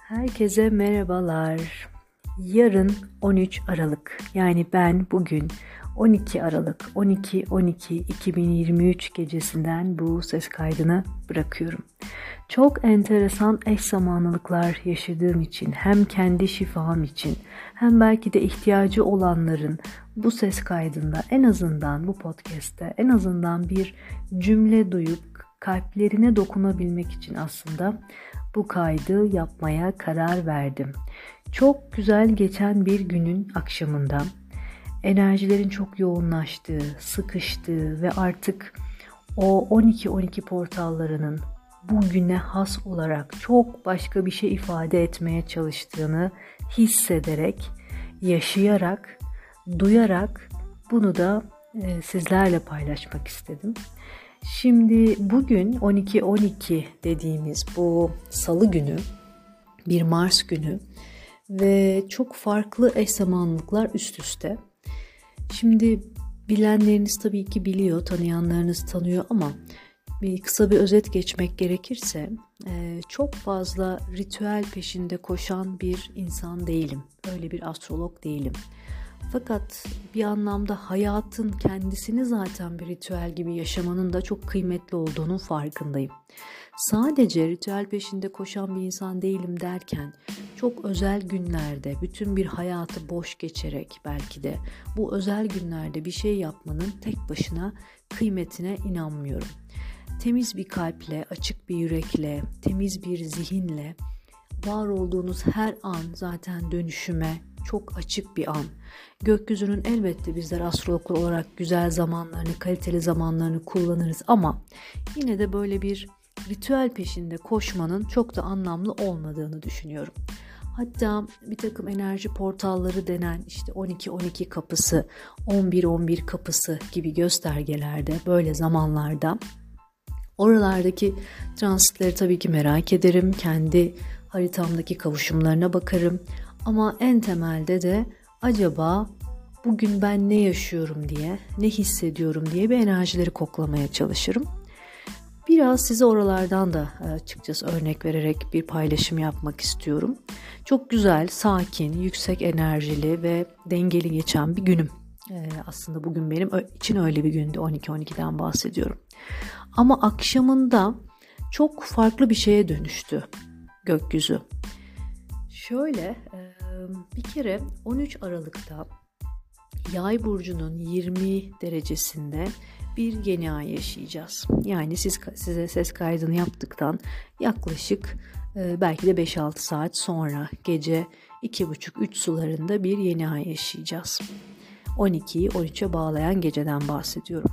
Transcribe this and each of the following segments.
Herkese merhabalar. Yarın 13 Aralık. Yani ben bugün 12 Aralık 12-12-2023 gecesinden bu ses kaydını bırakıyorum. Çok enteresan eş zamanlılıklar yaşadığım için hem kendi şifam için hem belki de ihtiyacı olanların bu ses kaydında en azından bu podcast'te en azından bir cümle duyup kalplerine dokunabilmek için aslında bu kaydı yapmaya karar verdim. Çok güzel geçen bir günün akşamında enerjilerin çok yoğunlaştığı, sıkıştığı ve artık o 12-12 portallarının bugüne has olarak çok başka bir şey ifade etmeye çalıştığını hissederek, yaşayarak, duyarak bunu da sizlerle paylaşmak istedim. Şimdi bugün 12-12 dediğimiz bu salı günü, bir Mars günü ve çok farklı eş zamanlılıklar üst üste. Şimdi bilenleriniz tabii ki biliyor, tanıyanlarınız tanıyor ama kısa bir özet geçmek gerekirse çok fazla ritüel peşinde koşan bir insan değilim. Öyle bir astrolog değilim. Fakat bir anlamda hayatın kendisini zaten bir ritüel gibi yaşamanın da çok kıymetli olduğunun farkındayım. Sadece ritüel peşinde koşan bir insan değilim derken çok özel günlerde bütün bir hayatı boş geçerek belki de bu özel günlerde bir şey yapmanın tek başına kıymetine inanmıyorum. Temiz bir kalple, açık bir yürekle, temiz bir zihinle var olduğunuz her an zaten dönüşüme çok açık bir an. Gökyüzünün elbette bizler astrologlar olarak güzel zamanlarını, kaliteli zamanlarını kullanırız ama yine de böyle bir ritüel peşinde koşmanın çok da anlamlı olmadığını düşünüyorum. Hatta bir takım enerji portalları denen işte 12-12 kapısı, 11-11 kapısı gibi göstergelerde böyle zamanlarda oralardaki transitleri tabii ki merak ederim. Kendi haritamdaki kavuşumlarına bakarım. Ama en temelde de acaba bugün ben ne yaşıyorum diye, ne hissediyorum diye bir enerjileri koklamaya çalışırım. Biraz size oralardan da açıkçası örnek vererek bir paylaşım yapmak istiyorum. Çok güzel, sakin, yüksek enerjili ve dengeli geçen bir günüm. Aslında bugün benim için öyle bir gündü, 12-12'den bahsediyorum. Ama akşamında çok farklı bir şeye dönüştü gökyüzü. Şöyle bir kere 13 Aralık'ta Yay burcunun 20 derecesinde bir yeni ay yaşayacağız. Yani size ses kaydını yaptıktan yaklaşık belki de 5-6 saat sonra gece 2.30-3 sularında bir yeni ay yaşayacağız. 12'yi 13'e bağlayan geceden bahsediyorum.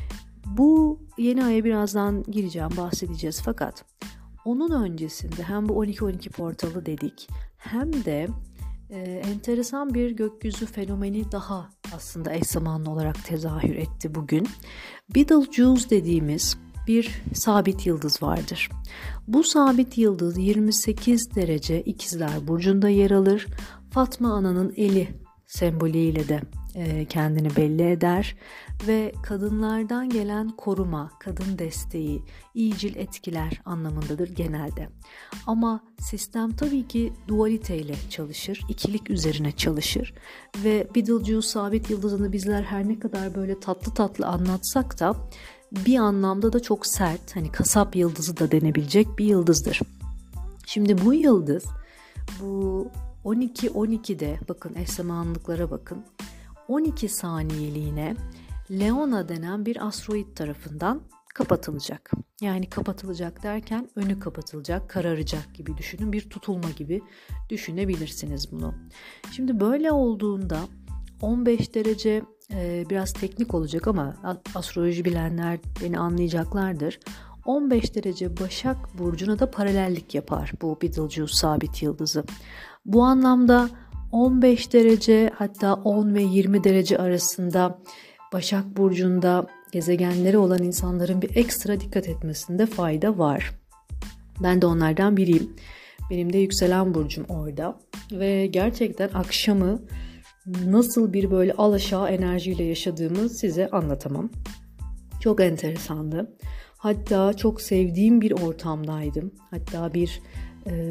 Bu yeni aya birazdan gireceğim, bahsedeceğiz fakat onun öncesinde hem bu 12-12 portalı dedik hem de enteresan bir gökyüzü fenomeni daha aslında eş zamanlı olarak tezahür etti bugün. Betelgeuse dediğimiz bir sabit yıldız vardır. Bu sabit yıldız 28 derece İkizler Burcu'nda yer alır. Fatma Ana'nın eli sembolüyle de kendini belli eder ve kadınlardan gelen koruma, kadın desteği, iyicil etkiler anlamındadır genelde. Ama sistem tabii ki dualiteyle çalışır, ikilik üzerine çalışır ve Betelgeuse sabit yıldızını bizler her ne kadar böyle tatlı tatlı anlatsak da bir anlamda da çok sert, hani kasap yıldızı da denebilecek bir yıldızdır. Şimdi bu yıldız bu 12-12'de bakın eş zamanlılıklara bakın. 12 saniyeliğine Leona denen bir asteroid tarafından kapatılacak. Yani kapatılacak derken önü kapatılacak, kararacak gibi düşünün. Bir tutulma gibi düşünebilirsiniz bunu. Şimdi böyle olduğunda 15 derece biraz teknik olacak ama astroloji bilenler beni anlayacaklardır. 15 derece Başak Burcu'na da paralellik yapar bu Betelgeuse sabit yıldızı. Bu anlamda 15 derece hatta 10 ve 20 derece arasında Başak Burcu'nda gezegenleri olan insanların bir ekstra dikkat etmesinde fayda var. Ben de onlardan biriyim. Benim de yükselen burcum orada ve gerçekten akşamı nasıl bir böyle alaşağı enerjiyle yaşadığımı size anlatamam. Çok enteresandı. Hatta çok sevdiğim bir ortamdaydım. Hatta bir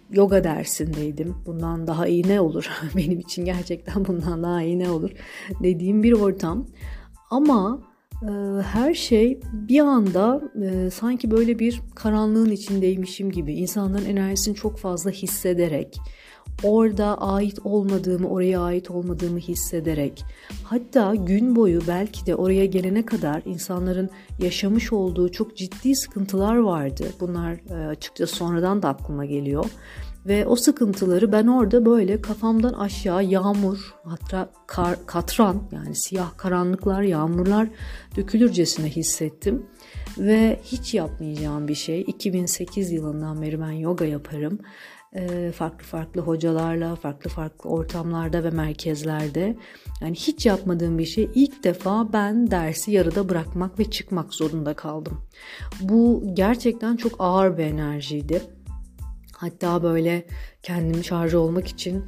yoga dersindeydim. Bundan daha iyi ne olur? Benim için gerçekten bundan daha iyi ne olur dediğim bir ortam. Ama her şey bir anda sanki böyle bir karanlığın içindeymişim gibi, insanların enerjisini çok fazla hissederek, orada ait olmadığımı, oraya ait olmadığımı hissederek, hatta gün boyu belki de oraya gelene kadar insanların yaşamış olduğu çok ciddi sıkıntılar vardı. Bunlar açıkçası sonradan da aklıma geliyor. Ve o sıkıntıları ben orada böyle kafamdan aşağı yağmur, hatta katran, yani siyah karanlıklar, yağmurlar dökülürcesine hissettim. Ve hiç yapmayacağım bir şey. 2008 yılından beri ben yoga yaparım. Farklı farklı hocalarla, farklı farklı ortamlarda ve merkezlerde. Yani hiç yapmadığım bir şey. İlk defa ben dersi yarıda bırakmak ve çıkmak zorunda kaldım. Bu gerçekten çok ağır bir enerjiydi. Hatta böyle kendimi şarj olmak için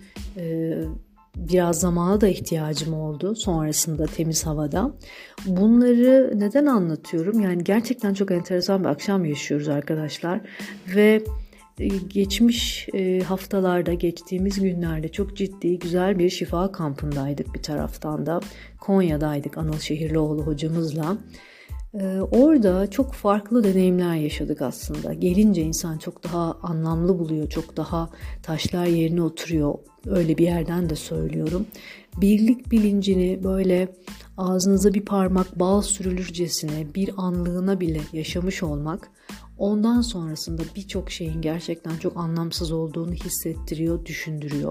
biraz zamana da ihtiyacım oldu sonrasında temiz havada. Bunları neden anlatıyorum? Yani gerçekten çok enteresan bir akşam yaşıyoruz arkadaşlar. Ve geçmiş haftalarda, geçtiğimiz günlerde çok ciddi, güzel bir şifa kampındaydık bir taraftan da. Konya'daydık Anıl Şehirlioğlu hocamızla. Orada çok farklı deneyimler yaşadık aslında. Gelince insan çok daha anlamlı buluyor, çok daha taşlar yerine oturuyor. Öyle bir yerden de söylüyorum. Birlik bilincini böyle ağzınıza bir parmak bal sürülürcesine bir anlığına bile yaşamış olmak, ondan sonrasında birçok şeyin gerçekten çok anlamsız olduğunu hissettiriyor, düşündürüyor.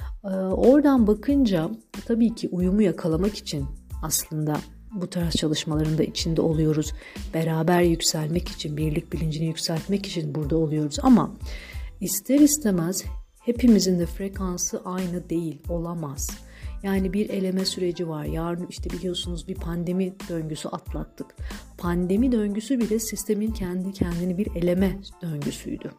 Oradan bakınca tabii ki uyumu yakalamak için aslında bu tarz çalışmaların da içinde oluyoruz. Beraber yükselmek için, birlik bilincini yükseltmek için burada oluyoruz. Ama ister istemez hepimizin de frekansı aynı değil, olamaz. Yani bir eleme süreci var. Yarın işte biliyorsunuz bir pandemi döngüsü atlattık. Pandemi döngüsü bile sistemin kendi kendini bir eleme döngüsüydü.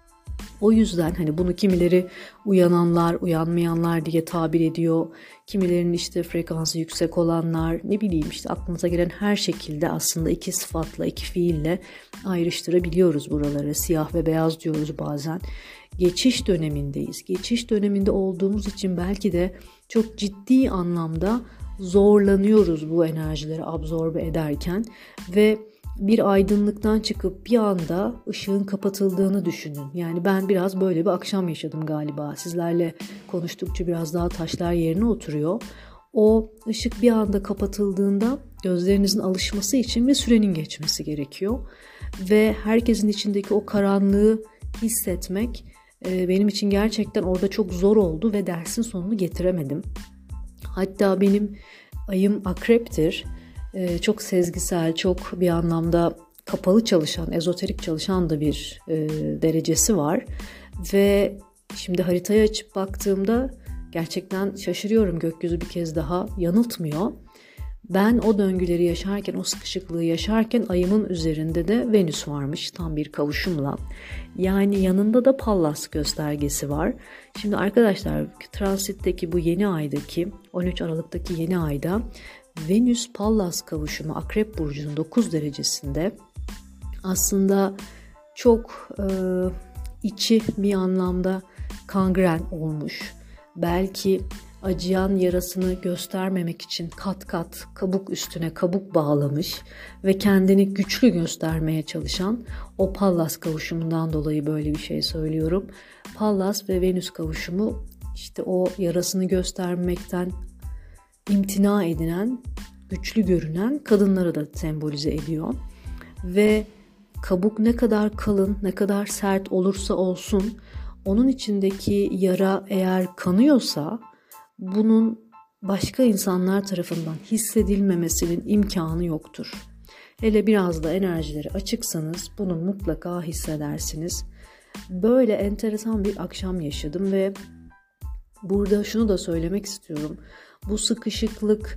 O yüzden hani bunu kimileri uyananlar, uyanmayanlar diye tabir ediyor. Kimilerinin işte frekansı yüksek olanlar, ne bileyim işte aklımıza gelen her şekilde aslında iki sıfatla, iki fiille ayrıştırabiliyoruz buraları. Siyah ve beyaz diyoruz bazen. Geçiş dönemindeyiz. Geçiş döneminde olduğumuz için belki de çok ciddi anlamda zorlanıyoruz bu enerjileri absorbe ederken ve bir aydınlıktan çıkıp bir anda ışığın kapatıldığını düşünün. Yani ben biraz böyle bir akşam yaşadım galiba. Sizlerle konuştukça biraz daha taşlar yerine oturuyor. O ışık bir anda kapatıldığında gözlerinizin alışması için ve sürenin geçmesi gerekiyor. Ve herkesin içindeki o karanlığı hissetmek benim için gerçekten orada çok zor oldu ve dersin sonunu getiremedim. Hatta benim ayım akreptir. Çok sezgisel, çok bir anlamda kapalı çalışan, ezoterik çalışan da bir derecesi var. Ve şimdi haritayı açıp baktığımda gerçekten şaşırıyorum, gökyüzü bir kez daha yanıltmıyor. Ben o döngüleri yaşarken, o sıkışıklığı yaşarken ayımın üzerinde de Venüs varmış tam bir kavuşumla. Yani yanında da Pallas göstergesi var. Şimdi arkadaşlar transitteki bu yeni aydaki 13 Aralık'taki yeni ayda Venüs Pallas kavuşumu Akrep Burcu'nun 9 derecesinde aslında çok içi bir anlamda kangren olmuş. Belki acıyan yarasını göstermemek için kat kat kabuk üstüne kabuk bağlamış ve kendini güçlü göstermeye çalışan o Pallas kavuşumundan dolayı böyle bir şey söylüyorum. Pallas ve Venüs kavuşumu işte o yarasını göstermekten imtina edilen, güçlü görünen kadınları da sembolize ediyor. Ve kabuk ne kadar kalın, ne kadar sert olursa olsun, onun içindeki yara eğer kanıyorsa bunun başka insanlar tarafından hissedilmemesinin imkanı yoktur. Hele biraz da enerjileri açıksanız bunu mutlaka hissedersiniz. Böyle enteresan bir akşam yaşadım ve burada şunu da söylemek istiyorum. Bu sıkışıklık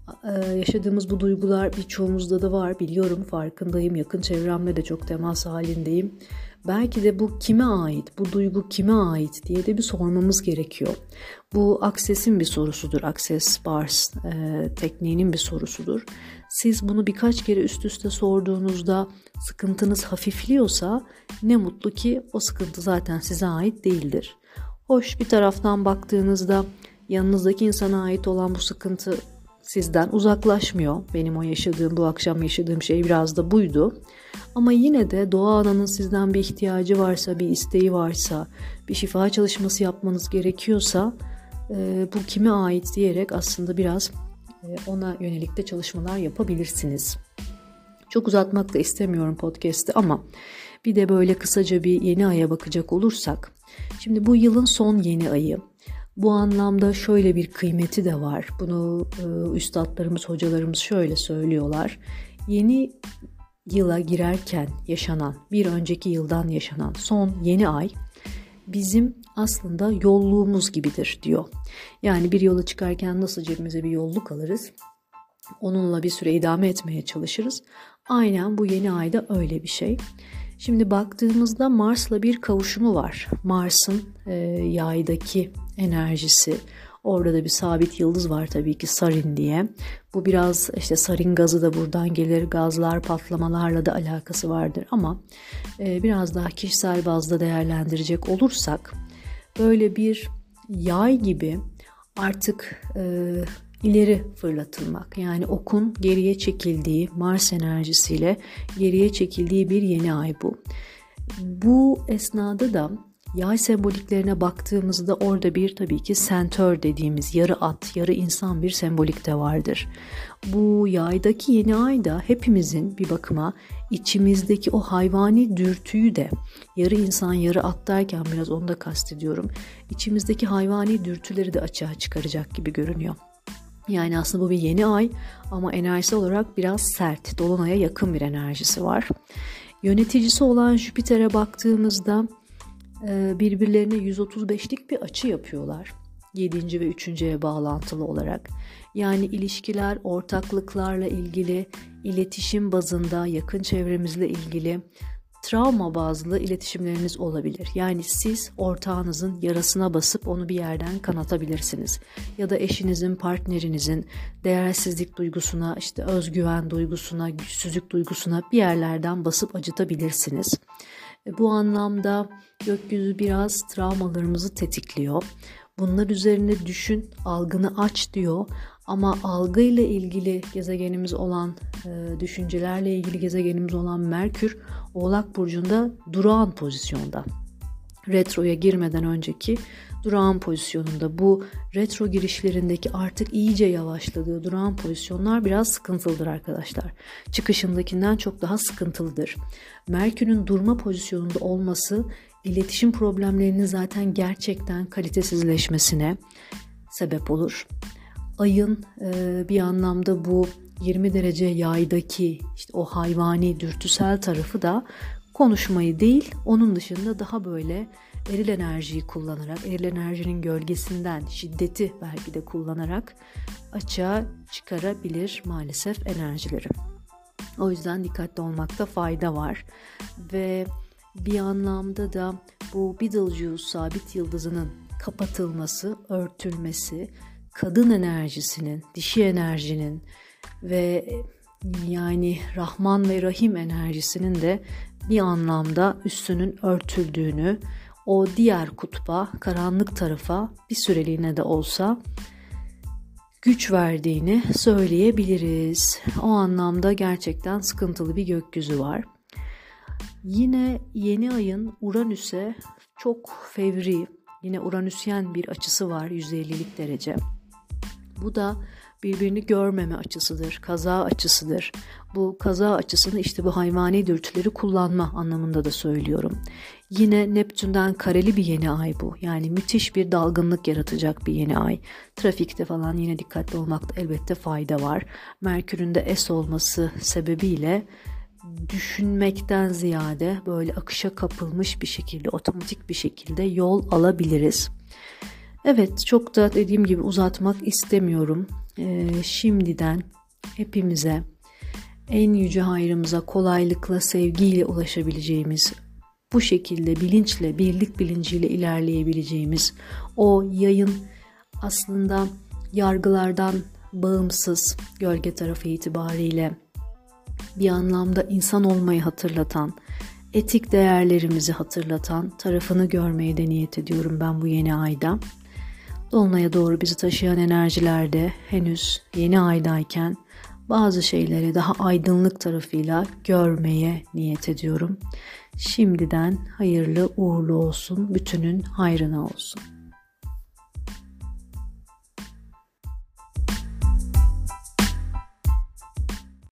Yaşadığımız bu duygular birçoğumuzda da var, biliyorum, farkındayım. Yakın çevremle de çok temas halindeyim. Belki de bu kime ait, bu duygu kime ait diye de bir sormamız gerekiyor. Bu Access'in bir sorusudur, Access Bars tekniğinin bir sorusudur. Siz bunu birkaç kere üst üste sorduğunuzda sıkıntınız hafifliyorsa ne mutlu ki o sıkıntı zaten size ait değildir. Hoş, bir taraftan baktığınızda yanınızdaki insana ait olan bu sıkıntı sizden uzaklaşmıyor. Benim bu akşam yaşadığım şey biraz da buydu. Ama yine de doğa ananın sizden bir ihtiyacı varsa, bir isteği varsa, bir şifa çalışması yapmanız gerekiyorsa bu kime ait diyerek aslında biraz ona yönelik de çalışmalar yapabilirsiniz. Çok uzatmak da istemiyorum podcast'ı ama bir de böyle kısaca bir yeni aya bakacak olursak. Şimdi bu yılın son yeni ayı. Bu anlamda şöyle bir kıymeti de var. Bunu üstadlarımız, hocalarımız şöyle söylüyorlar. Yeni yıla girerken yaşanan, bir önceki yıldan yaşanan son yeni ay bizim aslında yolluğumuz gibidir diyor. Yani bir yola çıkarken nasıl cebimize bir yolluk alırız, onunla bir süre idame etmeye çalışırız. Aynen bu yeni ayda öyle bir şey. Şimdi baktığımızda Mars'la bir kavuşumu var. Mars'ın yaydaki enerjisi. Orada da bir sabit yıldız var tabii ki, Sarin diye. Bu biraz işte Sarin gazı da buradan gelir. Gazlar, patlamalarla da alakası vardır ama biraz daha kişisel bazda değerlendirecek olursak böyle bir yay gibi artık ileri fırlatılmak, yani okun geriye çekildiği, Mars enerjisiyle geriye çekildiği bir yeni ay bu. Bu esnada da yay semboliklerine baktığımızda orada bir tabii ki sentör dediğimiz yarı at, yarı insan bir sembolik de vardır. Bu yaydaki yeni ay da hepimizin bir bakıma içimizdeki o hayvani dürtüyü de, yarı insan yarı at derken biraz onu da kastediyorum, içimizdeki hayvani dürtüleri de açığa çıkaracak gibi görünüyor. Yani aslında bu bir yeni ay ama enerjisi olarak biraz sert, dolunaya yakın bir enerjisi var. Yöneticisi olan Jüpiter'e baktığımızda birbirlerine 135'lik bir açı yapıyorlar. 7. ve 3. eve bağlantılı olarak. Yani ilişkiler, ortaklıklarla ilgili, iletişim bazında, yakın çevremizle ilgili, travma bazlı iletişimleriniz olabilir. Yani siz ortağınızın yarasına basıp onu bir yerden kanatabilirsiniz. Ya da eşinizin, partnerinizin değersizlik duygusuna, işte özgüven duygusuna, güçsüzlük duygusuna bir yerlerden basıp acıtabilirsiniz. Bu anlamda gökyüzü biraz travmalarımızı tetikliyor. Bunlar üzerine düşün, algını aç diyor. Ama algıyla ilgili gezegenimiz olan, düşüncelerle ilgili gezegenimiz olan Merkür, Oğlak Burcu'nda durağan pozisyonda. Retroya girmeden önceki durağan pozisyonunda. Bu retro girişlerindeki artık iyice yavaşladığı durağan pozisyonlar biraz sıkıntılıdır arkadaşlar. Çıkışındakinden çok daha sıkıntılıdır. Merkür'ün durma pozisyonunda olması iletişim problemlerinin zaten gerçekten kalitesizleşmesine sebep olur. Ayın bir anlamda bu 20 derece yaydaki işte o hayvani dürtüsel tarafı da konuşmayı değil, onun dışında daha böyle eril enerjiyi kullanarak, eril enerjinin gölgesinden şiddeti belki de kullanarak açığa çıkarabilir maalesef enerjileri. O yüzden dikkatli olmakta fayda var. Ve bir anlamda da bu Betelgeuse sabit yıldızının kapatılması, örtülmesi, kadın enerjisinin, dişi enerjinin ve yani Rahman ve Rahim enerjisinin de bir anlamda üstünün örtüldüğünü, o diğer kutba, karanlık tarafa bir süreliğine de olsa güç verdiğini söyleyebiliriz. O anlamda gerçekten sıkıntılı bir gökyüzü var. Yine yeni ayın Uranüs'e çok fevri, yine Uranüsyen bir açısı var, 150'lik derece. Bu da birbirini görmeme açısıdır, kaza açısıdır. Bu kaza açısını işte bu hayvani dürtüleri kullanma anlamında da söylüyorum. Yine Neptün'den kareli bir yeni ay bu. Yani müthiş bir dalgınlık yaratacak bir yeni ay. Trafikte falan yine dikkatli olmakta elbette fayda var. Merkür'ün de es olması sebebiyle düşünmekten ziyade böyle akışa kapılmış bir şekilde, otomatik bir şekilde yol alabiliriz. Evet, çok da dediğim gibi uzatmak istemiyorum. Şimdiden hepimize en yüce hayrımıza kolaylıkla, sevgiyle ulaşabileceğimiz, bu şekilde bilinçle, birlik bilinciyle ilerleyebileceğimiz, o yayın aslında yargılardan bağımsız, gölge tarafı itibariyle bir anlamda insan olmayı hatırlatan, etik değerlerimizi hatırlatan tarafını görmeye de niyet ediyorum ben bu yeni ayda. Dolunay'a doğru bizi taşıyan enerjilerde henüz yeni aydayken bazı şeyleri daha aydınlık tarafıyla görmeye niyet ediyorum. Şimdiden hayırlı uğurlu olsun, bütünün hayrına olsun.